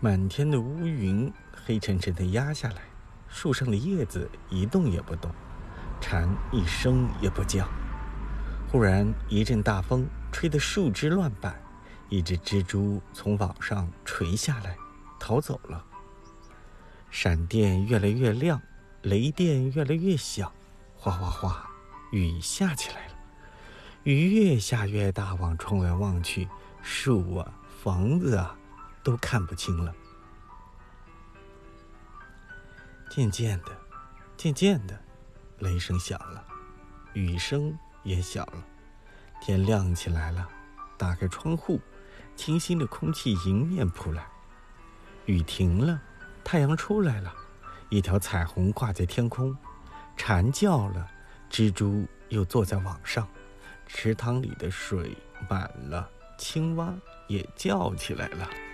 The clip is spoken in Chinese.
满天的乌云黑沉沉地压下来，树上的叶子一动也不动，蝉一声也不叫。忽然一阵大风吹得树枝乱摆，一只蜘蛛从网上垂下来，逃走了。闪电越来越亮，雷电越来越响，哗哗哗，雨下起来了。雨越下越大，往窗外望去，树啊，房子啊，都看不清了。渐渐的，雷声响了，雨声也小了，天亮起来了。打开窗户，清新的空气迎面扑来。雨停了，太阳出来了，一条彩虹挂在天空。蝉叫了，蜘蛛又坐在网上，池塘里的水满了，青蛙也叫起来了。